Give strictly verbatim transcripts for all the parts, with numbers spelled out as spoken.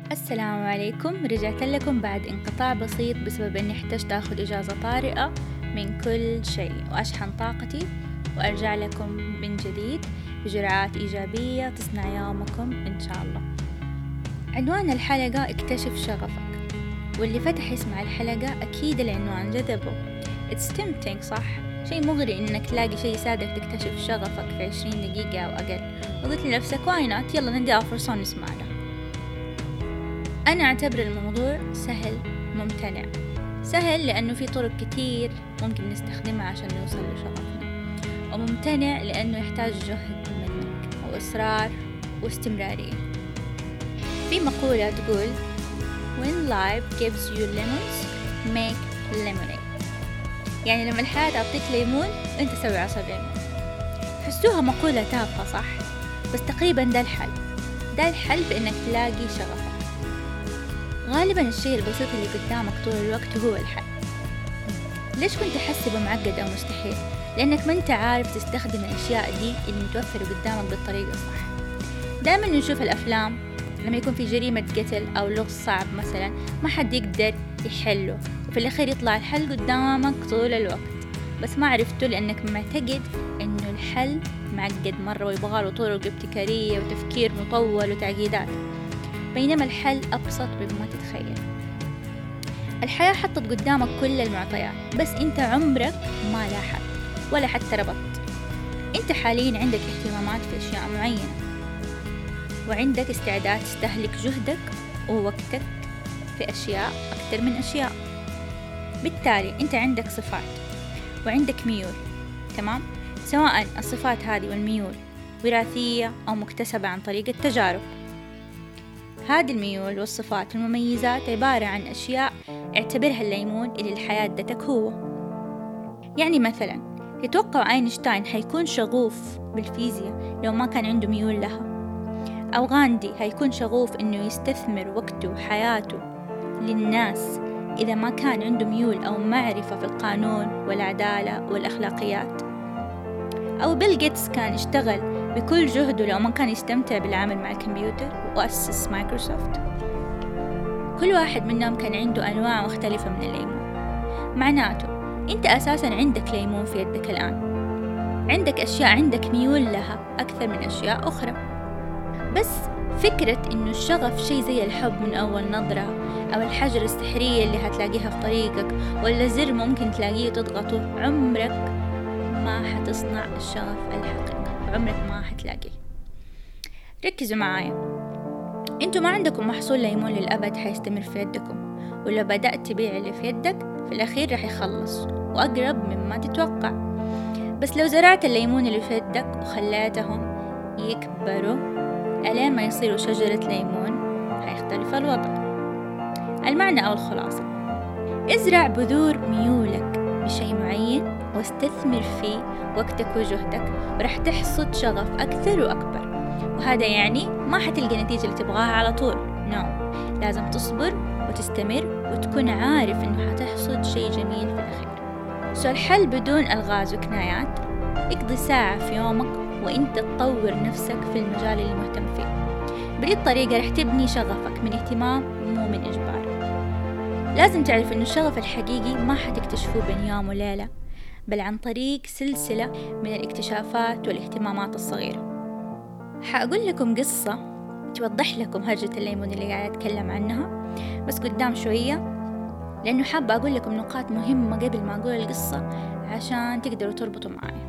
السلام عليكم. رجعت لكم بعد انقطاع بسيط بسبب اني احتجت اخذ اجازة طارئة من كل شيء واشحن طاقتي وارجع لكم من جديد بجرعات ايجابية تصنع يومكم ان شاء الله. عنوان الحلقة اكتشف شغفك، واللي فتح يسمع الحلقة اكيد العنوان جذبه. It's tempting صح؟ شيء مغري انك تلاقي شيء يساعدك تكتشف شغفك في عشرين دقيقة او اقل، وقلت لنفسك why not، يلا نديها فرصة ونسمع له. أنا أعتبر الموضوع سهل ممتنع. سهل لأنه في طرق كتير ممكن نستخدمها عشان نوصل لشغفنا، وممتنع لأنه يحتاج جهد منك وإصرار واستمرارية. في مقولة تقول When life gives you lemons make lemonade، يعني لما الحياة تعطيك ليمون أنت سوي عصير ليمون. حسوها مقولة تافهة صح؟ بس تقريبا ده الحل. ده الحل بأنك تلاقي شغفك. غالبا الشيء البسيط اللي قدامك طول الوقت هو الحل. ليش كنت أحسبه معقد أو مستحيل؟ لأنك ما أنت عارف تستخدم الأشياء دي اللي متوفرة قدامك بالطريقة الصح. دائما نشوف الأفلام لما يكون في جريمة قتل أو لغز صعب مثلا ما حد يقدر يحله، وفي الأخير يطلع الحل قدامك طول الوقت، بس ما عرفته لأنك معتقد إنه الحل معقد مرة ويبغاله طرق ابتكارية وتفكير مطول وتعقيدات، بينما الحل أبسط مما تتخيل. الحياة حطت قدامك كل المعطيات، بس أنت عمرك ما لاحظت ولا حتى ربطت. أنت حاليا عندك اهتمامات في أشياء معينة، وعندك استعداد تستهلك جهدك ووقتك في أشياء أكثر من أشياء. بالتالي أنت عندك صفات وعندك ميول، تمام؟ سواء الصفات هذه والميول وراثية أو مكتسبة عن طريق التجارب. هذه الميول والصفات والمميزات عبارة عن أشياء اعتبرها الليمون اللي الحياة ادتك هو. يعني مثلا يتوقع أينشتاين حيكون شغوف بالفيزياء لو ما كان عنده ميول لها، أو غاندي هيكون شغوف إنه يستثمر وقته وحياته للناس إذا ما كان عنده ميول أو معرفة في القانون والعدالة والأخلاقيات. أو بيل جيتس كان يشتغل بكل جهده لو ما كان يستمتع بالعمل مع الكمبيوتر وأسس مايكروسوفت. كل واحد منهم كان عنده أنواع مختلفة من الليمون. معناته أنت أساساً عندك ليمون في يدك الآن، عندك أشياء عندك ميول لها أكثر من أشياء أخرى. بس فكرة إنه الشغف شيء زي الحب من أول نظرة، أو الحجر السحرية اللي هتلاقيها في طريقك، ولا زر ممكن تلاقيه تضغطه، عمرك ما حتصنع الشغف الحقيقي، وعمرك ما حتلاقيه. ركزوا معايا، انتوا ما عندكم محصول ليمون للأبد حيستمر في يدكم، ولو بدأت تبيع اللي في يدك في الأخير رح يخلص وأقرب مما تتوقع. بس لو زرعت الليمون اللي في يدك وخليتهم يكبروا ألين ما يصيروا شجرة ليمون حيختلف الوضع. المعنى أو الخلاصة، ازرع بذور ميولك بشيء معين واستثمر فيه وقتك وجهدك، ورح تحصد شغف أكثر وأكبر. وهذا يعني ما حتلقى نتيجة اللي تبغاها على طول، نو no. لازم تصبر وتستمر وتكون عارف إنه حتحصد شيء جميل في الأخير. سو الحل بدون ألغاز وكنايات، اقضي ساعة في يومك وإنت تطور نفسك في المجال اللي مهتم فيه. بهذه الطريقة رح تبني شغفك من اهتمام مو من إجبار. لازم تعرف إنه الشغف الحقيقي ما حتكتشفوه بين يوم وليلة، بل عن طريق سلسلة من الاكتشافات والاهتمامات الصغيرة. حأقول لكم قصة توضح لكم هرجة الليمون اللي قاعد أتكلم عنها بس قدام شوية، لأنه حابة أقول لكم نقاط مهمة قبل ما أقول القصة عشان تقدروا تربطوا معايا.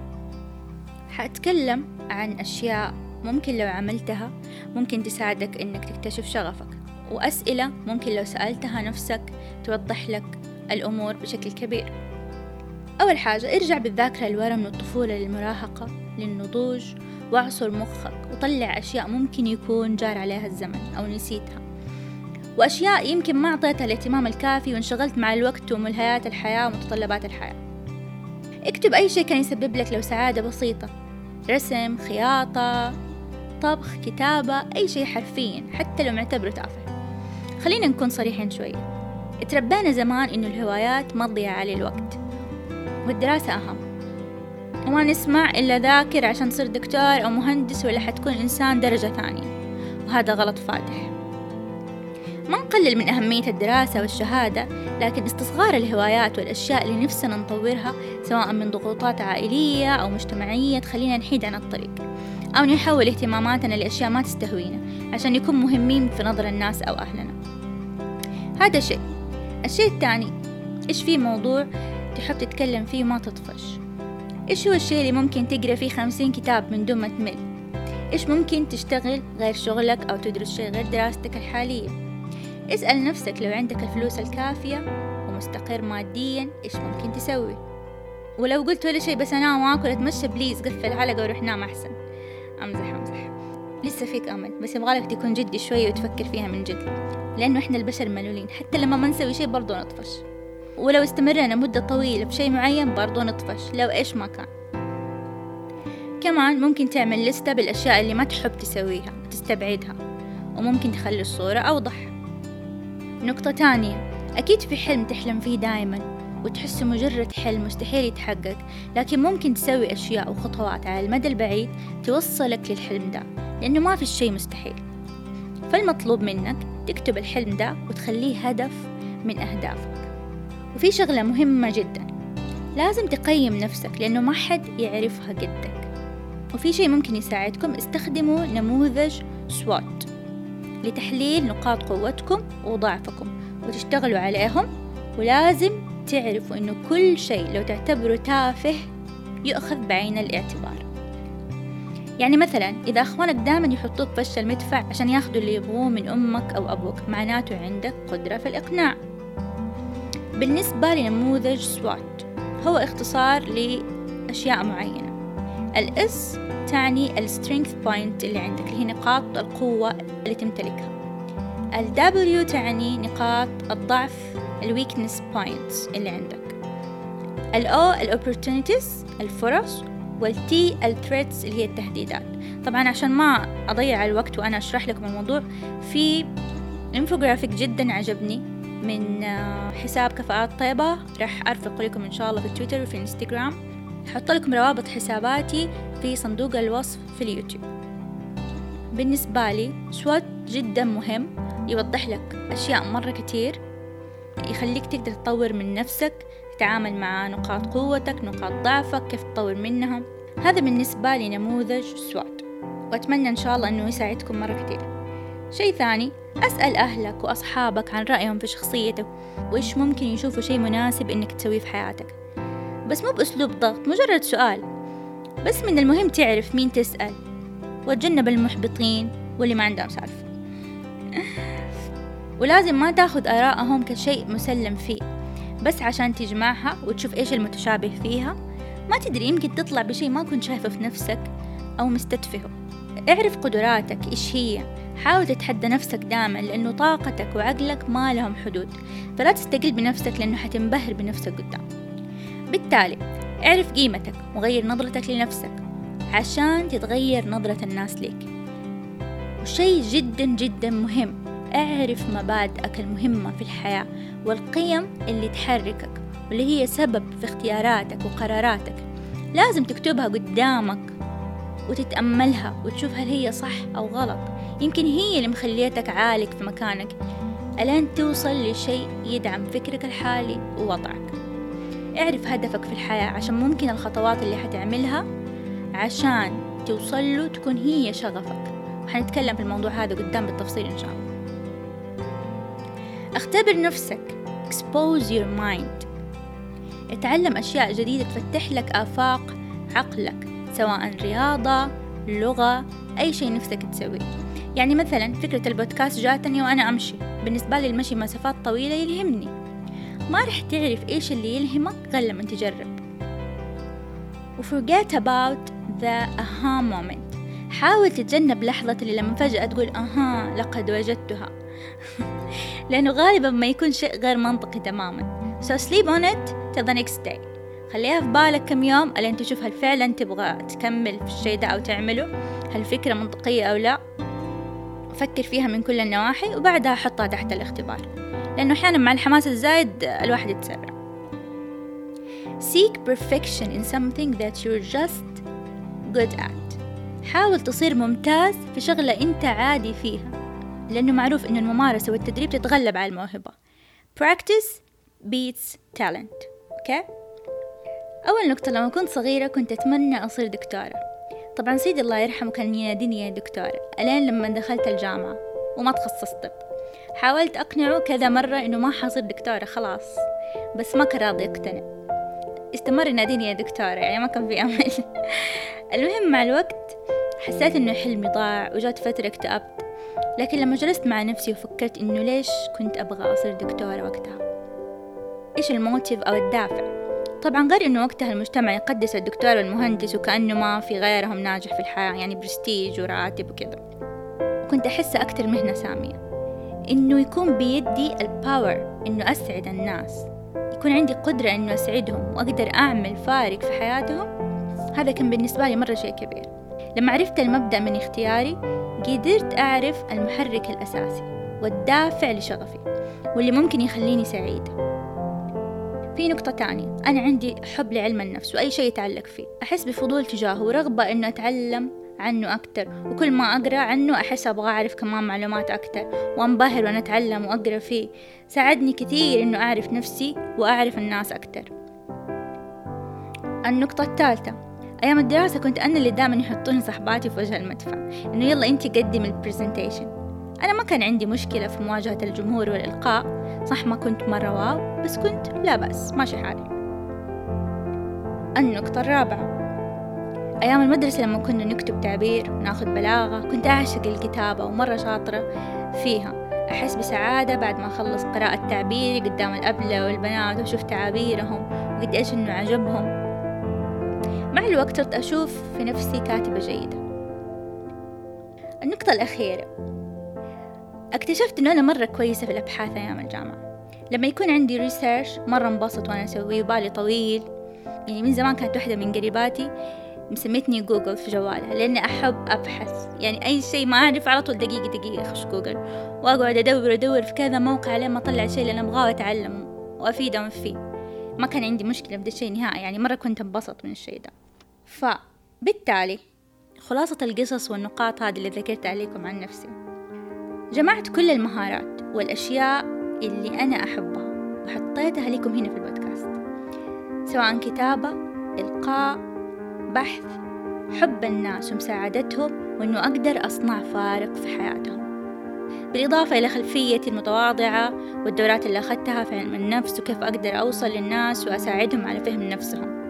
حأتكلم عن أشياء ممكن لو عملتها ممكن تساعدك إنك تكتشف شغفك، وأسئلة ممكن لو سألتها نفسك توضح لك الأمور بشكل كبير. أول حاجة، ارجع بالذاكرة لورا من الطفولة للمراهقة للنضوج، واعصر مخك وطلع أشياء ممكن يكون جار عليها الزمن أو نسيتها، وأشياء يمكن ما أعطيتها الاهتمام الكافي وانشغلت مع الوقت وملهيات الحياة ومتطلبات الحياة. اكتب أي شيء كان يسبب لك لو سعادة بسيطة، رسم، خياطة، طبخ، كتابة، أي شيء حرفيا حتى لو معتبره تافه. خلينا نكون صريحين شوية، اتربينا زمان إنه الهوايات ما تضيع على الوقت والدراسة أهم، وما نسمع إلا ذاكر عشان تصير دكتور أو مهندس ولا حتكون إنسان درجة ثانية، وهذا غلط فادح. ما نقلل من أهمية الدراسة والشهادة، لكن استصغار الهوايات والأشياء اللي نفسنا نطورها سواء من ضغوطات عائلية أو مجتمعية تخلينا نحيد عن الطريق، أو نحول اهتماماتنا لأشياء ما تستهوينا عشان يكون مهمين في نظر الناس أو أهلنا. هذا شيء. الشيء الثاني، إيش في موضوع تحب تتكلم فيه وما تطفش؟ إيش هو الشيء اللي ممكن تقرأ فيه خمسين كتاب من دون ما تمل؟ إيش ممكن تشتغل غير شغلك أو تدرس شيء غير دراستك الحالية؟ اسأل نفسك لو عندك الفلوس الكافية ومستقر ماديا إيش ممكن تسوي؟ ولو قلت ولا شيء بس أنام وآكل أتمشى، بليز قفل الحلقة وروح نام أحسن. أمزح أمزح، لسه فيك أمل، بس يبغالك تكون جدي شوي وتفكر فيها من جد، لأنه إحنا البشر ملولين، حتى لما ما نسوي شيء برضو نطفش، ولو استمرنا مدة طويلة بشيء معين برضو نطفش لو إيش ما كان. كمان ممكن تعمل لستة بالأشياء اللي ما تحب تسويها وتستبعدها، وممكن تخلي الصورة أوضح. نقطة تانية، أكيد في حلم تحلم فيه دائما وتحسه مجرد حلم مستحيل يتحقق، لكن ممكن تسوي أشياء وخطوات على المدى البعيد توصلك للحلم ده، لأنه ما في شيء مستحيل. فالمطلوب منك تكتب الحلم ده وتخليه هدف من أهدافك. وفي شغلة مهمة جدا، لازم تقيم نفسك لأنه ما حد يعرفها قدك. وفي شيء ممكن يساعدكم، استخدموا نموذج سوات لتحليل نقاط قوتكم وضعفكم وتشتغلوا عليهم. ولازم تعرفوا إنه كل شيء لو تعتبره تافه يؤخذ بعين الاعتبار. يعني مثلا إذا أخوانك دائما يحطوك فش المدفع عشان ياخدوا اللي يبغوه من أمك أو أبوك، معناته عندك قدرة في الإقناع. بالنسبة لنموذج سوات، هو اختصار لأشياء معينة. الإس تعني السترينث بوينت اللي عندك، اللي هي نقاط القوة اللي تمتلكها. الدبليو تعني نقاط الضعف، الويكنس بوينتس اللي عندك. الأو الأوبورتونيتيز الفرص، والتي الثريتس اللي هي التهديدات. طبعا عشان ما أضيع الوقت وأنا أشرح لكم الموضوع، في انفوجرافيك جدا عجبني من حساب كفاءات طيبة، راح أرفق لكم إن شاء الله في تويتر وفي انستغرام. حط لكم روابط حساباتي في صندوق الوصف في اليوتيوب. بالنسبة لي سوات جدا مهم، يوضح لك أشياء مرة كتير، يخليك تقدر تطور من نفسك، تتعامل مع نقاط قوتك، نقاط ضعفك، كيف تطور منها. هذا بالنسبة لنموذج سوات، وأتمنى إن شاء الله أنه يساعدكم مرة كتير. شيء ثاني، أسأل أهلك وأصحابك عن رأيهم في شخصيتك وإيش ممكن يشوفوا شيء مناسب إنك تسويه في حياتك، بس مو بأسلوب ضغط، مجرد سؤال بس. من المهم تعرف مين تسأل، وتجنب المحبطين واللي ما عندهم سالفة. ولازم ما تاخذ آرائهم كشيء مسلم فيه بس عشان تجمعها وتشوف إيش المتشابه فيها. ما تدري، يمكن تطلع بشيء ما كنت شايفه في نفسك أو مستتفهه. اعرف قدراتك إيش هي، حاول تتحدى نفسك دائما، لأنه طاقتك وعقلك ما لهم حدود، فلا تستقل بنفسك لأنه حتنبهر بنفسك قدام. بالتالي اعرف قيمتك وغير نظرتك لنفسك عشان تتغير نظرة الناس ليك. وشيء جدا جدا مهم، اعرف مبادئك المهمة في الحياة والقيم اللي تحركك واللي هي سبب في اختياراتك وقراراتك. لازم تكتبها قدامك وتتأملها وتشوف هل هي صح أو غلط. يمكن هي اللي مخليتك عالق في مكانك ألين توصل لشيء يدعم فكرك الحالي ووضعك. اعرف هدفك في الحياة عشان ممكن الخطوات اللي حتعملها عشان توصل له تكون هي شغفك، وحنتكلم في الموضوع هذا قدام بالتفصيل إن شاء الله. اختبر نفسك، expose your mind، اتعلم أشياء جديدة تفتح لك آفاق عقلك، سواء رياضة، لغة، أي شيء نفسك تسويه. يعني مثلا فكرة البودكاست جاتني وأنا أمشي، بالنسبة لي المشي مسافات طويلة يلهمني. ما رح تعرف إيش اللي يلهمك غير لما تجرب. و forget about the aha moment، حاول تتجنب لحظة اللي لما فجأة تقول أها لقد وجدتها لأنه غالبا ما يكون شيء غير منطقي تماما. so sleep on it till the next day، خليها في بالك كم يوم ألين تشوف هل فعلا تبغى تكمل في الشيء ده أو تعمله، هل فكرة منطقية أو لا. فكر فيها من كل النواحي وبعدها حطها تحت الاختبار، لأنه أحيانا مع الحماس الزايد الواحد يتسرع. seek perfection in something that you're just good at، حاول تصير ممتاز في شغلة أنت عادي فيها. لأنه معروف إنه الممارسة والتدريب تتغلب على الموهبة. Practice beats talent. أوكي؟ أول نقطة، لما كنت صغيرة كنت أتمنى أصير دكتورة. طبعا سيدي الله يرحمه كان يناديني يا دكتورة ألين لما دخلت الجامعة وما تخصصت طب. حاولت أقنعه كذا مرة إنه ما حصير دكتورة خلاص، بس ما كان راضي يقتنع، استمر يناديني يا دكتورة، يعني ما كان في أمل. المهم مع الوقت حسيت إنه حلمي ضاع وجات فترة اكتئبت، لكن لما جلست مع نفسي وفكرت إنه ليش كنت أبغى أصير دكتورة وقتها، إيش الموتيف أو الدافع. طبعا غير إنه وقتها المجتمع يقدس الدكتور والمهندس وكأنه ما في غيرهم ناجح في الحياة، يعني برستيج وراتب وكذا. كنت أحس أكتر مهنة سامية، إنه يكون بيدي الباور إنه أسعد الناس، يكون عندي قدرة إنه أسعدهم وأقدر أعمل فارق في حياتهم. هذا كان بالنسبة لي مرة شيء كبير. لما عرفت المبدأ من اختياري قدرت أعرف المحرك الأساسي والدافع لشغفي واللي ممكن يخليني سعيدة. في نقطة تانية، أنا عندي حب لعلم النفس وأي شيء يتعلق فيه أحس بفضول تجاهه ورغبة إنه أتعلم عنه أكتر، وكل ما أقرأ عنه أحس أبغى أعرف كمان معلومات أكتر وأنبهر وأنا أتعلم وأقرأ فيه. ساعدني كثير إنه أعرف نفسي وأعرف الناس أكتر. النقطة الثالثة، أيام الدراسة كنت أنا اللي دائما يحطون صحباتي في وجه المدفع، إنه يلا أنتي قدمي البرزنتيشن. أنا ما كان عندي مشكلة في مواجهة الجمهور والإلقاء، صح ما كنت مرة واو بس كنت لا بأس ماشي حالي. النقطة الرابعة، أيام المدرسة لما كنا نكتب تعبير وناخد بلاغة كنت أعشق الكتابة ومرة شاطرة فيها. أحس بسعادة بعد ما أخلص قراءة تعبيري قدام الأبلة والبنات وشوف تعابيرهم وقد إيش إنه عجبهم. مع الوقت صرت أشوف في نفسي كاتبة جيدة. النقطة الأخيرة، اكتشفت إنه أنا مرة كويسة في الأبحاث أيام الجامعة. لما يكون عندي ريسيرش مرة انبسط وأنا أسويه وبالي طويل. يعني من زمان كانت واحدة من قريباتي مسميتني جوجل في جوالها لأني أحب أبحث، يعني أي شيء ما أعرف على طول دقيقة دقيقة أخش جوجل وأقعد أدور أدور في كذا موقع لين ما أطلع الشيء اللي أنا أبغاه وأتعلم وأفيدهم فيه. ما كان عندي مشكلة في الشيء نهائي، يعني مرة كنت انبسط من الشيء ده. فبالتالي خلاصة القصص والنقاط هذه اللي ذكرت عليكم عن نفسي، جمعت كل المهارات والأشياء اللي أنا أحبها وحطيتها لكم هنا في البودكاست، سواء كتابة، إلقاء، بحث، حب الناس ومساعدتهم وأنه أقدر أصنع فارق في حياتهم، بالإضافة إلى خلفيتي المتواضعة والدورات اللي أخذتها في علم النفس وكيف أقدر أوصل للناس وأساعدهم على فهم نفسهم.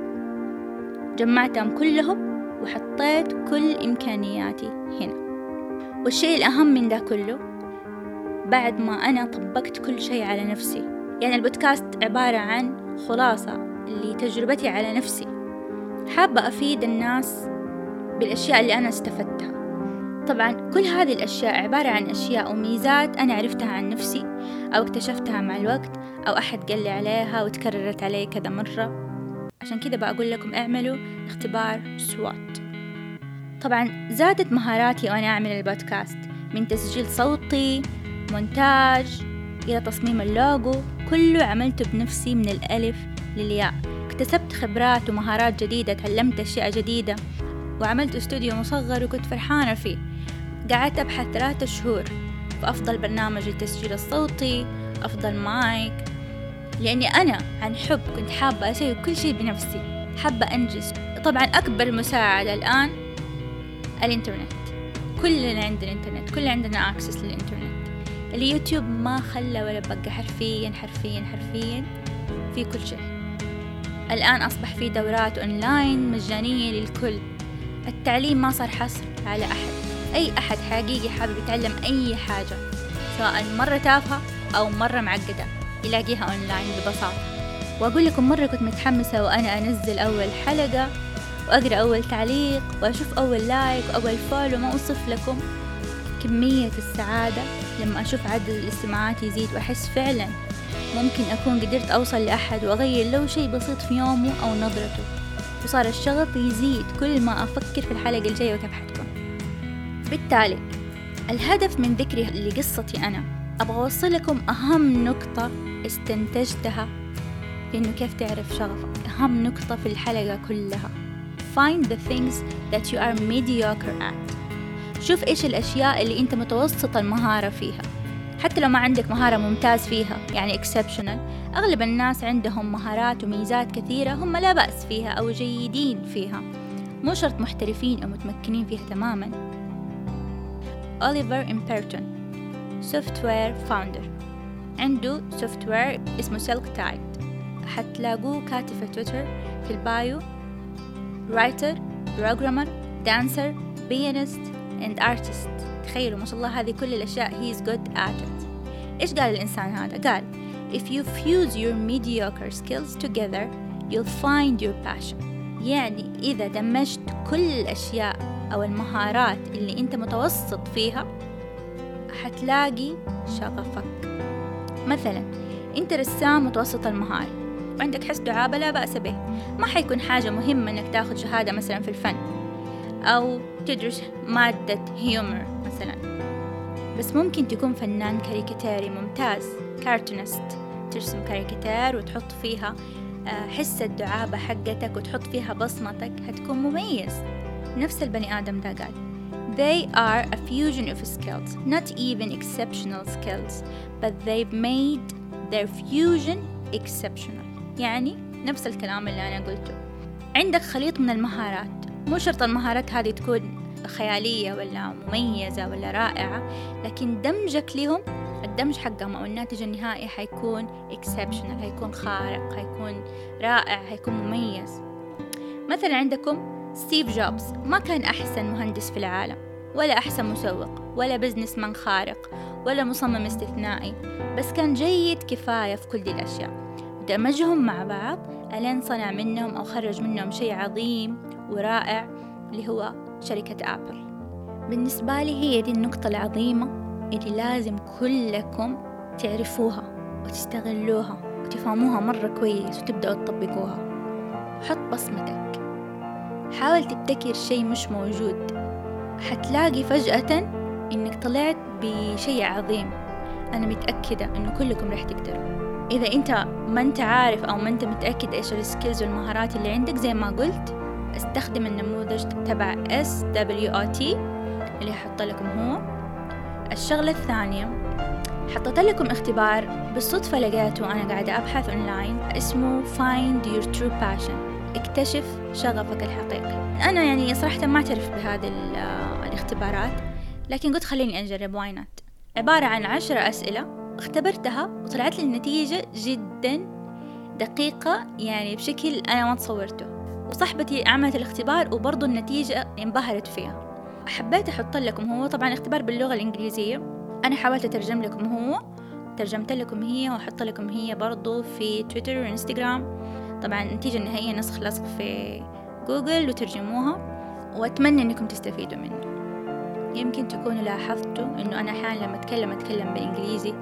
جمعتهم كلهم وحطيت كل إمكانياتي هنا. والشيء الأهم من ده كله، بعد ما أنا طبقت كل شيء على نفسي، يعني البودكاست عبارة عن خلاصة لتجربتي على نفسي. حابة أفيد الناس بالأشياء اللي أنا استفدتها. طبعا كل هذه الأشياء عبارة عن أشياء وميزات أنا عرفتها عن نفسي أو اكتشفتها مع الوقت أو أحد قال لي عليها وتكررت علي كذا مرة. عشان كده بقول لكم اعملوا اختبار سوات. طبعا زادت مهاراتي وأنا أعمل البودكاست، من تسجيل صوتي، مونتاج، إلى تصميم اللوجو، كله عملته بنفسي من الألف للياء. اكتسبت خبرات ومهارات جديدة، تعلمت أشياء جديدة، وعملت استوديو مصغر وكنت فرحانة فيه. قعدت أبحث ثلاثة شهور في أفضل برنامج للتسجيل الصوتي، أفضل مايك، لأني أنا عن حب كنت حابة أسوي كل شيء بنفسي، حابة أنجز. طبعا أكبر مساعدة الآن الإنترنت، كلنا عندنا إنترنت، كلنا عندنا أكسس للإنترنت. اليوتيوب ما خلى ولا بقى، حرفيا حرفيا حرفيا في كل شيء. الآن أصبح في دورات أونلاين مجانية للكل. التعليم ما صار حصر على أحد، أي أحد حقيقي حابب يتعلم أي حاجة سواء مرة تافهة أو مرة معقدة يلاقيها أونلاين ببساطة. وأقول لكم مرة كنت متحمسة وأنا أنزل أول حلقة وأقرأ أول تعليق وأشوف أول لايك وأول فولو. ما أوصف لكم كمية السعادة لما أشوف عدد الاستماعات يزيد، وأحس فعلا ممكن أكون قدرت أوصل لأحد وأغير لو شيء بسيط في يومه أو نظرته. وصار الشغف يزيد كل ما أفكر في الحلقة الجاية وكيف حتكون. بالتالي الهدف من ذكري لقصتي أنا أبغى أوصل لكم أهم نقطة استنتجتها في إنه كيف تعرف شغفك. أهم نقطة في الحلقة كلها: find the things that you are mediocre at. شوف إيش الأشياء اللي أنت متوسط المهارة فيها. حتى لو ما عندك مهارة ممتاز فيها يعني exceptional، أغلب الناس عندهم مهارات وميزات كثيرة هم لا بأس فيها أو جيدين فيها، مو شرط محترفين أو متمكنين فيها تماما. أوليفر إمبرتون سوفتوير فاوندر، عنده سوفتوير اسمه سيلك تايد، حتلاقوه كاتب في تويتر في البايو رايتر programmer dancer pianist and artist. تخيلوا ما شاء الله هذه كل الأشياء he is good at it. إيش قال الإنسان هذا؟ قال if you fuse your mediocre skills together you'll find your passion. يعني إذا دمجت كل الأشياء أو المهارات اللي أنت متوسط فيها حتلاقي شغفك. مثلا أنت رسام متوسط المهارة وعندك حس دعابة لا بأس به، ما حيكون حاجة مهمة أنك تاخذ شهادة مثلا في الفن أو تدرس مادة هيومر مثلا، بس ممكن تكون فنان كاريكاتيري ممتاز، كارتونست، ترسم كاريكاتير وتحط فيها حس الدعابة حقتك وتحط فيها بصمتك، هتكون مميز. نفس البني آدم ده قال They are a fusion of skills, not even exceptional skills, but they've made their fusion exceptional. يعني نفس الكلام اللي أنا قلته، عندك خليط من المهارات، مو شرط المهارات هذه تكون خيالية ولا مميزة ولا رائعة، لكن دمجك لهم، الدمج حقهم أو الناتج النهائي حيكون exceptional، هيكون خارق، هيكون رائع، هيكون مميز. مثلا عندكم ستيف جوبز، ما كان أحسن مهندس في العالم ولا أحسن مسوق ولا بزنس من خارق ولا مصمم استثنائي، بس كان جيد كفاية في كل دي الأشياء، دمجهم مع بعض ألين صنع منهم أو خرج منهم شيء عظيم ورائع اللي هو شركة آبل. بالنسبة لي هي دي النقطة العظيمة اللي لازم كلكم تعرفوها وتستغلوها وتفهموها مرة كويس وتبدأوا تطبقوها. حط بصمتك، حاول تبتكر شيء مش موجود، حتلاقي فجأة إنك طلعت بشيء عظيم. أنا متأكدة إنه كلكم رح تقدروا. إذا أنت ما أنت عارف أو ما أنت متأكد إيش السكيلز والمهارات اللي عندك، زي ما قلت استخدم النموذج تبع إس دبليو أو تي اللي حط لكم هو. الشغلة الثانية، حطيت لكم اختبار بالصدفة لقيته أنا قاعدة أبحث أونلاين اسمه Find Your True Passion، اكتشف شغفك الحقيقي. أنا يعني صراحة ما أعترف بهذه الاختبارات، لكن قلت خليني أجرب واينات. عبارة عن عشرة أسئلة اختبرتها وطلعت لي النتيجة جدا دقيقة، يعني بشكل أنا ما تصورته. وصاحبتي عملت الاختبار وبرضو النتيجة انبهرت فيها. حبيت أحط لكم هو، طبعا اختبار باللغة الإنجليزية، أنا حاولت أترجم لكم هو، ترجمت لكم هي وأحط لكم هي برضو في تويتر وإنستغرام. طبعا النتيجة النهائية نسخ لصق في جوجل وترجموها، وأتمنى أنكم تستفيدوا منه. يمكن تكونوا لاحظتوا أنه أنا أحيانا لما أتكلم أتكلم بالإنجليزي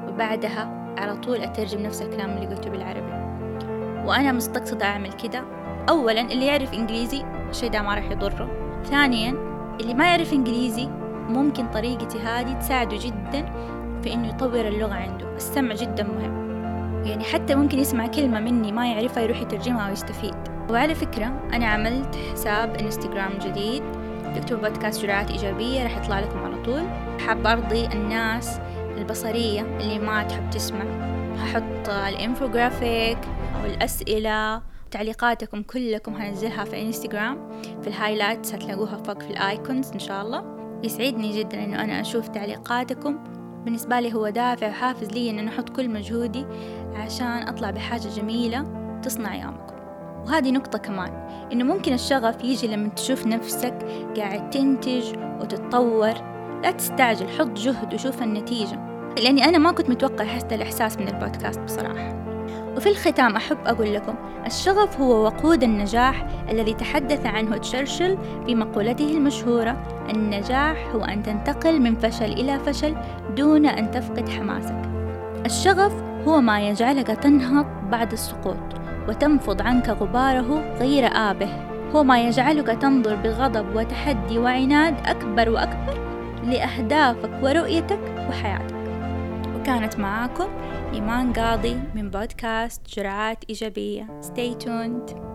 وبعدها على طول أترجم نفس الكلام اللي قلته بالعربي، وأنا مستقصدة أعمل كده. أولا اللي يعرف إنجليزي الشيء ده ما راح يضره، ثانيا اللي ما يعرف إنجليزي ممكن طريقتي هذه تساعده جدا في إنه يطور اللغة عنده. السمع جدا مهم، يعني حتى ممكن يسمع كلمة مني ما يعرفها يروح يترجمها ويستفيد. وعلى فكرة أنا عملت حساب إنستغرام جديد، تكتبوا بودكاست جرعات إيجابية راح يطلع لكم على طول. حاب أرضي الناس البصرية اللي ما تحب تسمع، هحط الانفوغرافيك والأسئلة تعليقاتكم كلكم هنزلها في انستغرام في الهايلايتس، هتلاقوها فوق في الايكونز ان شاء الله. يسعدني جدا انه انا اشوف تعليقاتكم، بالنسبة لي هو دافع وحافز لي ان انا احط كل مجهودي عشان اطلع بحاجة جميلة تصنع يومكم. وهذه نقطة كمان، انه ممكن الشغف يجي لما تشوف نفسك قاعد تنتج وتتطور. لا تستعجل، حط جهد وشوف النتيجة، لاني انا ما كنت متوقع هذا الاحساس من البودكاست بصراحة. وفي الختام أحب أقول لكم الشغف هو وقود النجاح الذي تحدث عنه تشرشل في مقولته المشهورة: النجاح هو أن تنتقل من فشل إلى فشل دون أن تفقد حماسك. الشغف هو ما يجعلك تنهض بعد السقوط وتنفض عنك غباره غير آبه، هو ما يجعلك تنظر بغضب وتحدي وعناد أكبر وأكبر لأهدافك ورؤيتك وحياتك. وكانت معاكم إيمان قاضي من بودكاست جرعات إيجابية. Stay tuned.